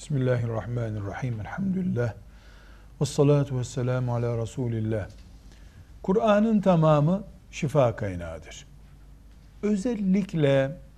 Bismillahirrahmanirrahim. Elhamdülillah. Vessalatu vesselamu ala Resulillah. Kur'an'ın tamamı şifa kaynağıdır. Özellikle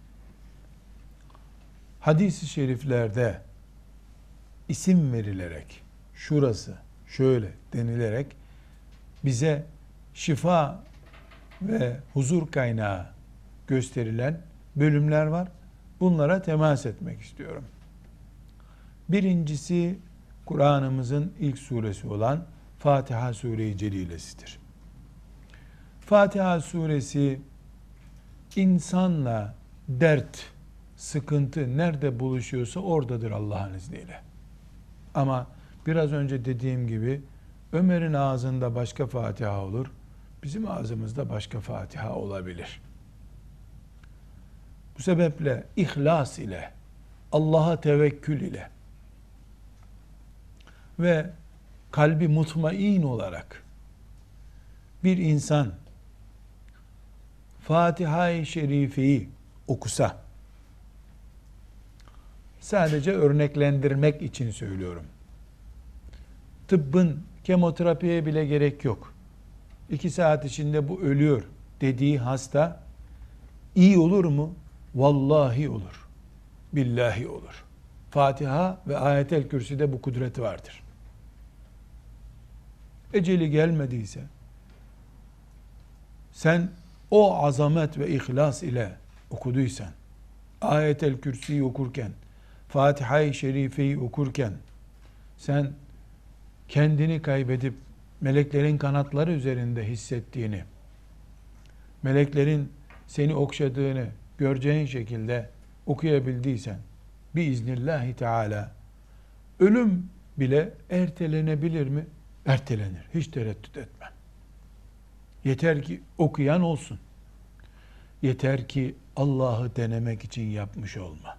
hadis-i şeriflerde isim verilerek, şurası, şöyle denilerek bize şifa ve huzur kaynağı gösterilen bölümler var. Bunlara temas etmek istiyorum. Birincisi Kur'an'ımızın ilk suresi olan Fatiha Sure-i Celilesidir. Fatiha suresi insanla dert, sıkıntı nerede buluşuyorsa oradadır Allah'ın izniyle. Ama biraz önce dediğim gibi Ömer'in ağzında başka Fatiha olur, bizim ağzımızda başka Fatiha olabilir. Bu sebeple ihlas ile, Allah'a tevekkül ile ve kalbi mutmain olarak bir insan Fatiha-i Şerife'yi okusa, sadece örneklendirmek için söylüyorum. Tıbbın kemoterapiye bile gerek yok. 2 saat içinde bu ölüyor dediği hasta iyi olur mu? Vallahi olur. Billahi olur. Fatiha ve Ayet-el Kürsi'de bu kudreti vardır. Eceli gelmediyse sen o azamet ve ihlas ile okuduysan, Ayet-el Kürsi'yi okurken, Fatiha-i Şerife'yi okurken sen kendini kaybedip meleklerin kanatları üzerinde hissettiğini, meleklerin seni okşadığını göreceğin şekilde okuyabildiysen biiznillahü teala ölüm bile ertelenebilir mi? Ertelenir. Hiç tereddüt etmem. Yeter ki okuyan olsun. Yeter ki Allah'ı denemek için yapmış olma.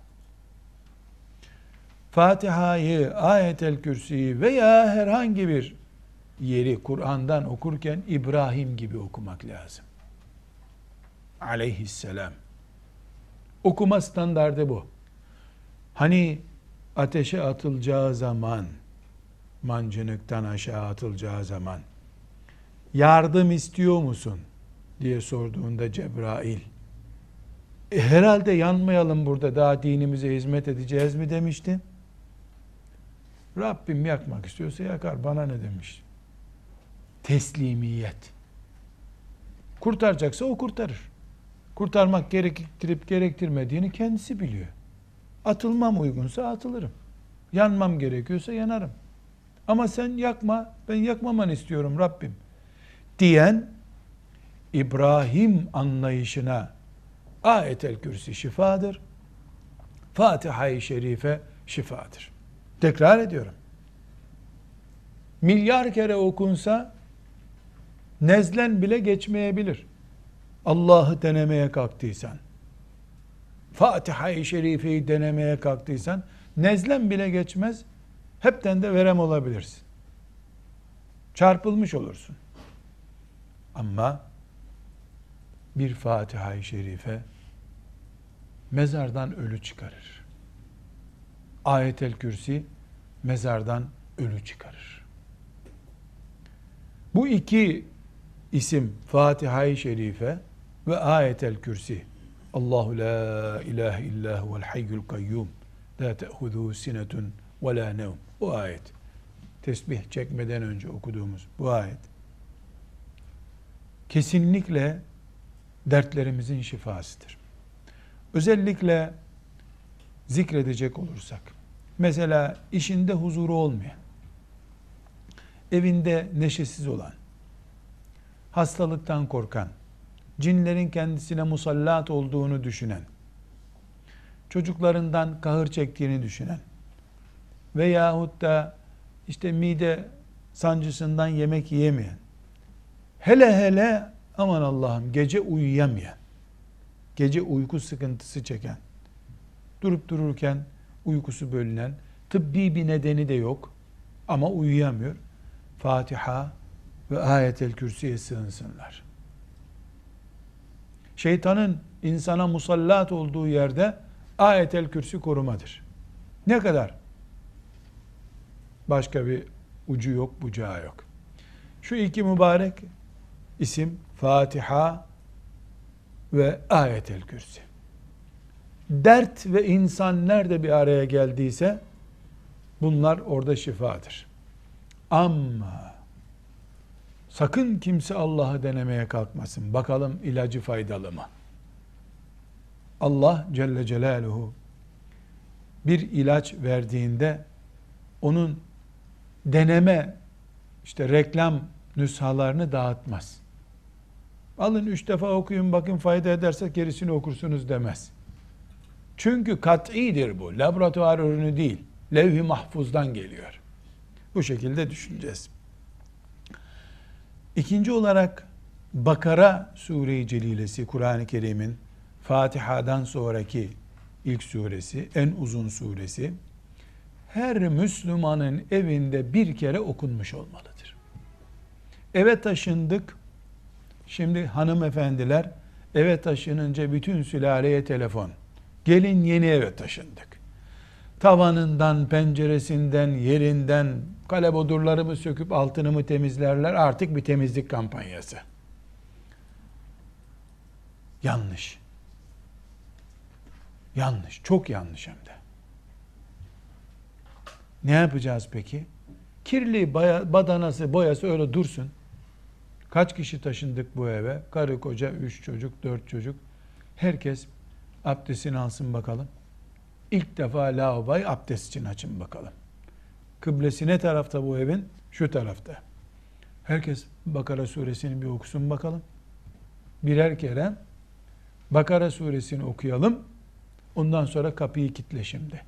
Fatiha'yı, Ayet-el Kürsi'yi veya herhangi bir yeri Kur'an'dan okurken İbrahim gibi okumak lazım. Aleyhisselam. Okuma standardı bu. Hani ateşe atılacağı zaman, mancınıktan aşağı atılacağı zaman yardım istiyor musun diye sorduğunda Cebrail, herhalde yanmayalım burada, daha dinimize hizmet edeceğiz mi demişti. Rabbim yakmak istiyorsa yakar, bana ne demiş. Teslimiyet. Kurtaracaksa o kurtarır. Kurtarmak gerektirip gerektirmediğini kendisi biliyor. Atılmam uygunsa atılırım. Yanmam gerekiyorsa yanarım. Ama sen yakma, ben yakmamanı istiyorum Rabbim diyen İbrahim anlayışına Ayet-el Kürsi şifadır. Fatiha-i Şerife şifadır. Tekrar ediyorum. Milyar kere okunsa nezlen bile geçmeyebilir. Allah'ı denemeye kalktıysan, Fatiha-i Şerife'yi denemeye kalktıysan nezlen bile geçmez, hepten de verem olabilirsin. Çarpılmış olursun. Ama bir Fatiha-i Şerife mezardan ölü çıkarır. Ayet-el Kürsi mezardan ölü çıkarır. Bu iki isim Fatiha-i Şerife ve Ayet-el Kürsi. Allahu la ilahe illa huvel hayyul kayyum la te'huzuhu sinetun ve la nevm. Bu ayet. Tesbih çekmeden önce okuduğumuz bu ayet. Kesinlikle dertlerimizin şifasıdır. Özellikle zikredecek olursak, mesela işinde huzuru olmayan, evinde neşesiz olan, hastalıktan korkan, cinlerin kendisine musallat olduğunu düşünen, çocuklarından kahır çektiğini düşünen veyahut da işte mide sancısından yemek yiyemeyen, hele aman Allah'ım gece uyuyamayan, gece uyku sıkıntısı çeken, durup dururken uykusu bölünen, tıbbi bir nedeni de yok ama uyuyamıyor. Fatiha ve Ayet-el Kürsi'ye sığınsınlar. Şeytanın insana musallat olduğu yerde Ayet-el Kürsi korumadır. Ne kadar Başka bir ucu yok, bucağı yok. Şu iki mübarek isim Fatiha ve Ayet-el Kürsi. Dert ve insan nerede bir araya geldiyse bunlar orada şifadır. Ama sakın kimse Allah'ı denemeye kalkmasın. Bakalım ilacı faydalı mı? Allah Celle Celaluhu bir ilaç verdiğinde onun deneme, işte reklam nüshalarını dağıtmaz. Alın 3 defa okuyun bakın fayda ederse gerisini okursunuz demez. Çünkü kat'idir bu. Laboratuvar ürünü değil. Levh-i mahfuzdan geliyor. Bu şekilde düşüneceğiz. İkinci olarak Bakara Sure-i Celilesi, Kur'an-ı Kerim'in Fatiha'dan sonraki ilk suresi, en uzun suresi, her Müslümanın evinde bir kere okunmuş olmalıdır. Eve taşındık. Şimdi hanımefendiler eve taşınınca bütün sülaleye telefon. Gelin yeni eve taşındık. Tavanından, penceresinden, yerinden kalebodurlarımı söküp altını mı temizlerler? Artık bir temizlik kampanyası. Yanlış. Yanlış. Çok yanlış hem de. Ne yapacağız peki? Kirli badanası, boyası öyle dursun. Kaç kişi taşındık bu eve? Karı koca, 3 çocuk, 4 çocuk. Herkes abdestini alsın bakalım. İlk defa lavaboyu abdest için açın bakalım. Kıblesi ne tarafta bu evin? Şu tarafta. Herkes Bakara suresini bir okusun bakalım. Birer kere Bakara suresini okuyalım. Ondan sonra kapıyı kilitle şimdi.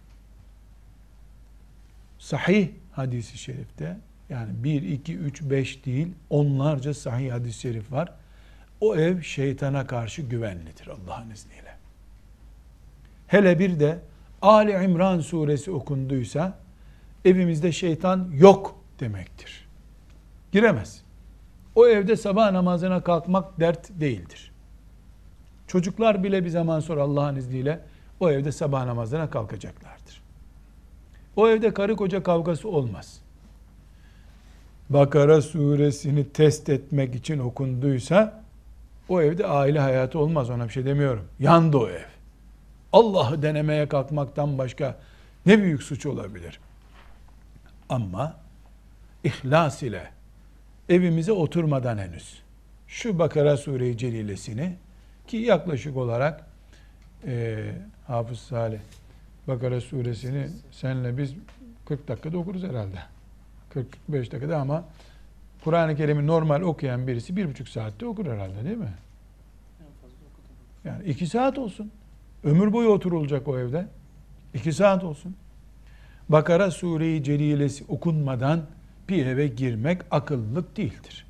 Sahih hadisi şerifte, yani 1, 2, 3, 5 değil, onlarca sahih hadis-i şerif var. O ev şeytana karşı güvenlidir Allah'ın izniyle. Hele bir de Ali İmran suresi okunduysa evimizde şeytan yok demektir. Giremez. O evde sabah namazına kalkmak dert değildir. Çocuklar bile bir zaman sonra Allah'ın izniyle o evde sabah namazına kalkacaklardır. O evde karı koca kavgası olmaz. Bakara suresini test etmek için okunduysa o evde aile hayatı olmaz, ona bir şey demiyorum. Yandı o ev. Allah'ı denemeye kalkmaktan başka ne büyük suç olabilir? Ama ihlas ile evimize oturmadan henüz şu Bakara Sure-i Celilesini, ki yaklaşık olarak Hafız Salih Bakara Suresini senle biz 40 dakikada okuruz herhalde. 45 dakikada, ama Kur'an-ı Kerim'i normal okuyan birisi 1,5 saatte okur herhalde, değil mi? Yani 2 saat olsun. Ömür boyu oturulacak o evde. 2 saat olsun. Bakara Sure-i Celilesi okunmadan bir eve girmek akıllılık değildir.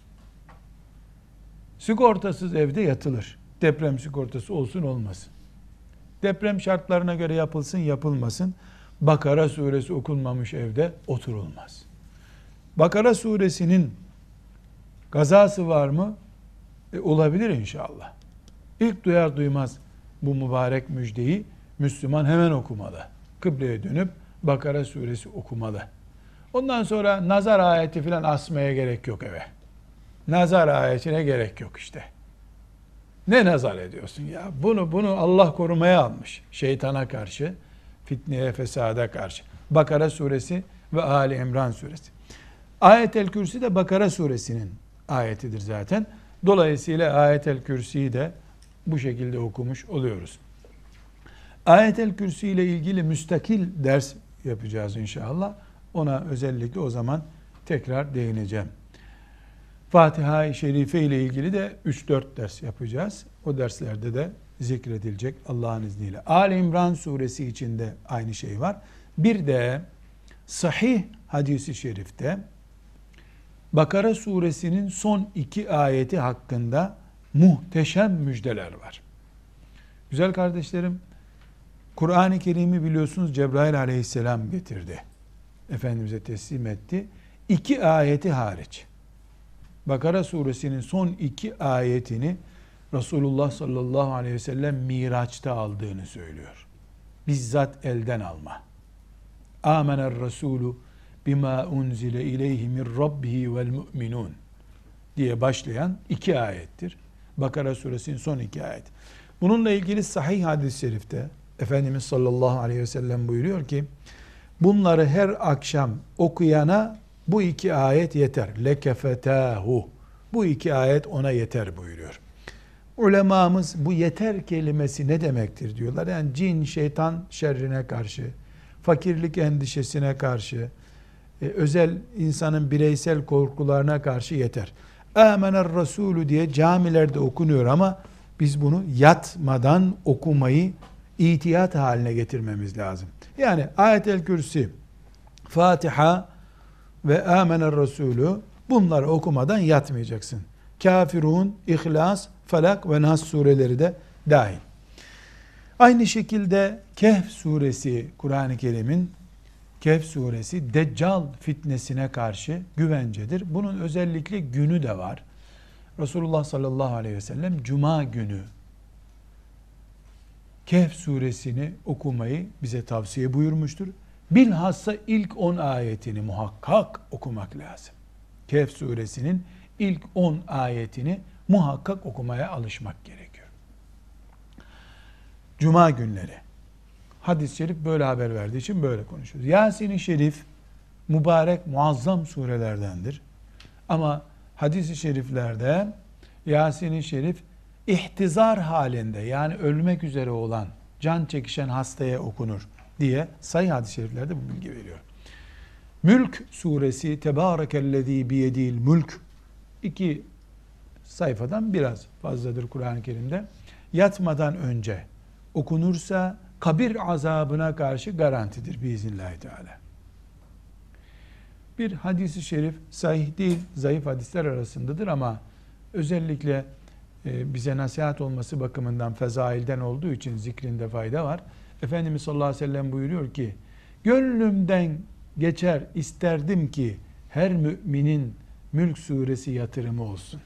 Sigortasız evde yatılır. Deprem sigortası olsun olmasın. Deprem şartlarına göre yapılsın yapılmasın. Bakara suresi okunmamış evde oturulmaz. Bakara suresinin gazası var mı? Olabilir inşallah. İlk duyar duymaz bu mübarek müjdeyi Müslüman hemen okumalı. Kıbleye dönüp Bakara suresi okumalı. Ondan sonra nazar ayeti filan asmaya gerek yok eve. Nazar ayetine gerek yok işte. Ne nazar ediyorsun ya? Bunu Allah korumaya almış. Şeytana karşı, fitneye, fesada karşı. Bakara suresi ve Ali İmran suresi. Ayet-el Kürsi de Bakara suresinin ayetidir zaten. Dolayısıyla Ayet-el Kürsi'yi de bu şekilde okumuş oluyoruz. Ayet-el Kürsi ile ilgili müstakil ders yapacağız inşallah. Ona özellikle o zaman tekrar değineceğim. Fatiha-i Şerife ile ilgili de 3-4 ders yapacağız. O derslerde de zikredilecek Allah'ın izniyle. Ali İmran suresi içinde aynı şey var. Bir de sahih hadisi şerifte Bakara suresinin son 2 ayeti hakkında muhteşem müjdeler var. Güzel kardeşlerim, Kur'an-ı Kerim'i biliyorsunuz Cebrail aleyhisselam getirdi. Efendimiz'e teslim etti. 2 ayeti hariç. Bakara suresinin son 2 ayetini Resulullah sallallahu aleyhi ve sellem Miraç'ta aldığını söylüyor. Bizzat elden alma. Âmener Resulü bima unzile ileyhi min rabbihi vel mu'minun diye başlayan 2 ayettir. Bakara suresinin son 2 ayet. Bununla ilgili sahih hadis-i şerifte Efendimiz sallallahu aleyhi ve sellem buyuruyor ki bunları her akşam okuyana bu 2 ayet yeter. Lekefetahu. Bu 2 ayet ona yeter buyuruyor. Ulemamız bu yeter kelimesi ne demektir diyorlar. Yani cin, şeytan şerrine karşı, fakirlik endişesine karşı, özel insanın bireysel korkularına karşı yeter. Âmener Resulü diye camilerde okunuyor ama biz bunu yatmadan okumayı itiyat haline getirmemiz lazım. Yani Ayet-el Kürsi, Fatiha ve Âmener Resulü bunları okumadan yatmayacaksın. Kafirun, İhlas, Felak ve Nas sureleri de dahil. Aynı şekilde Kehf suresi, Kur'an-ı Kerim'in Kehf suresi Deccal fitnesine karşı güvencedir. Bunun özellikle günü de var. Resulullah sallallahu aleyhi ve sellem Cuma günü Kehf suresini okumayı bize tavsiye buyurmuştur. Bilhassa ilk 10 ayetini muhakkak okumak lazım. Kehf suresinin ilk 10 ayetini muhakkak okumaya alışmak gerekiyor. Cuma günleri. Hadis-i şerif böyle haber verdiği için böyle konuşuyoruz. Yasin-i Şerif mübarek, muazzam surelerdendir. Ama hadis-i şeriflerde Yasin-i Şerif ihtizar halinde, yani ölmek üzere olan, can çekişen hastaya okunur diye sayı hadis-i şeriflerde bu bilgi veriyor. Mülk suresi Tebârekellezî biyedîl mülk 2 sayfadan biraz fazladır Kur'an-ı Kerim'de. Yatmadan önce okunursa kabir azabına karşı garantidir biiznillahü teala. Bir hadis-i şerif sahih değil, zayıf hadisler arasındadır ama özellikle bize nasihat olması bakımından fezailden olduğu için zikrinde fayda var. Efendimiz sallallahu aleyhi ve sellem buyuruyor ki gönlümden geçer isterdim ki her müminin Mülk suresi yatırımı olsun.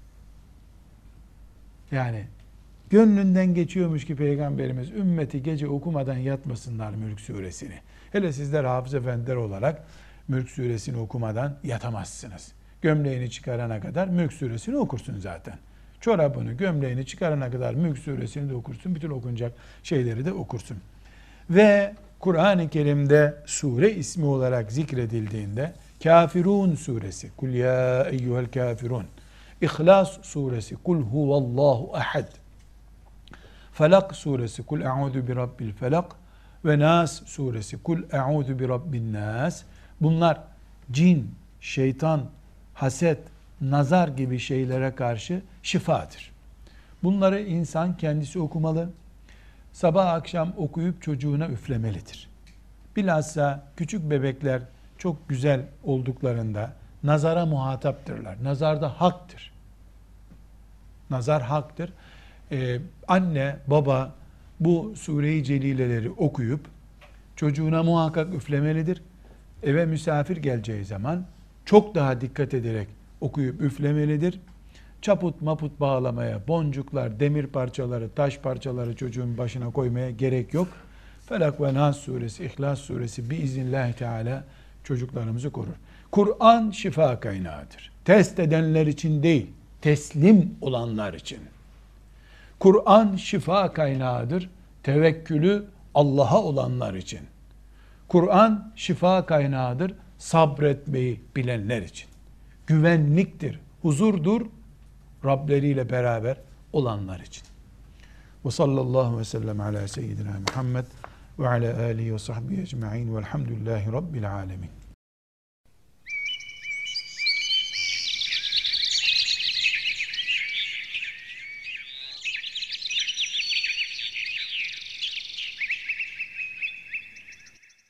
Yani gönlünden geçiyormuş ki Peygamberimiz ümmeti gece okumadan yatmasınlar Mülk suresini. Hele sizler hafız efendiler olarak Mülk suresini okumadan yatamazsınız. Gömleğini çıkarana kadar Mülk suresini okursun zaten. Çorabını, gömleğini çıkarana kadar Mülk suresini de okursun. Bütün okunacak şeyleri de okursun. Ve Kur'an-ı Kerim'de sure ismi olarak zikredildiğinde Kafirun suresi, Kul ya eyyuhel kafirun, İhlas suresi, Kul huvallahu ahad, Felak suresi, Kul a'udu bi rabbil felak ve Nas suresi, Kul a'udu bi rabbin nas. Bunlar cin, şeytan, haset, nazar gibi şeylere karşı şifadır. Bunları insan kendisi okumalı. Sabah akşam okuyup çocuğuna üflemelidir. Bilhassa küçük bebekler çok güzel olduklarında nazara muhataptırlar. Nazar da haktır. Nazar haktır. Anne, baba bu sure-i celileleri okuyup çocuğuna muhakkak üflemelidir. Eve misafir geleceği zaman çok daha dikkat ederek okuyup üflemelidir. Çaput maput bağlamaya, boncuklar, demir parçaları, taş parçaları çocuğun başına koymaya gerek yok. Felak ve Nas suresi, İhlas suresi biiznillahü teala çocuklarımızı korur. Kur'an şifa kaynağıdır. Test edenler için değil, teslim olanlar için. Kur'an şifa kaynağıdır. Tevekkülü Allah'a olanlar için. Kur'an şifa kaynağıdır. Sabretmeyi bilenler için. Güvenliktir, huzurdur. Rableriyle beraber olanlar için. Ve sallallahu ve sellem ala seyyidina Muhammed ve ala alihi ve sahbihi ecma'in velhamdülillahi rabbil alemin.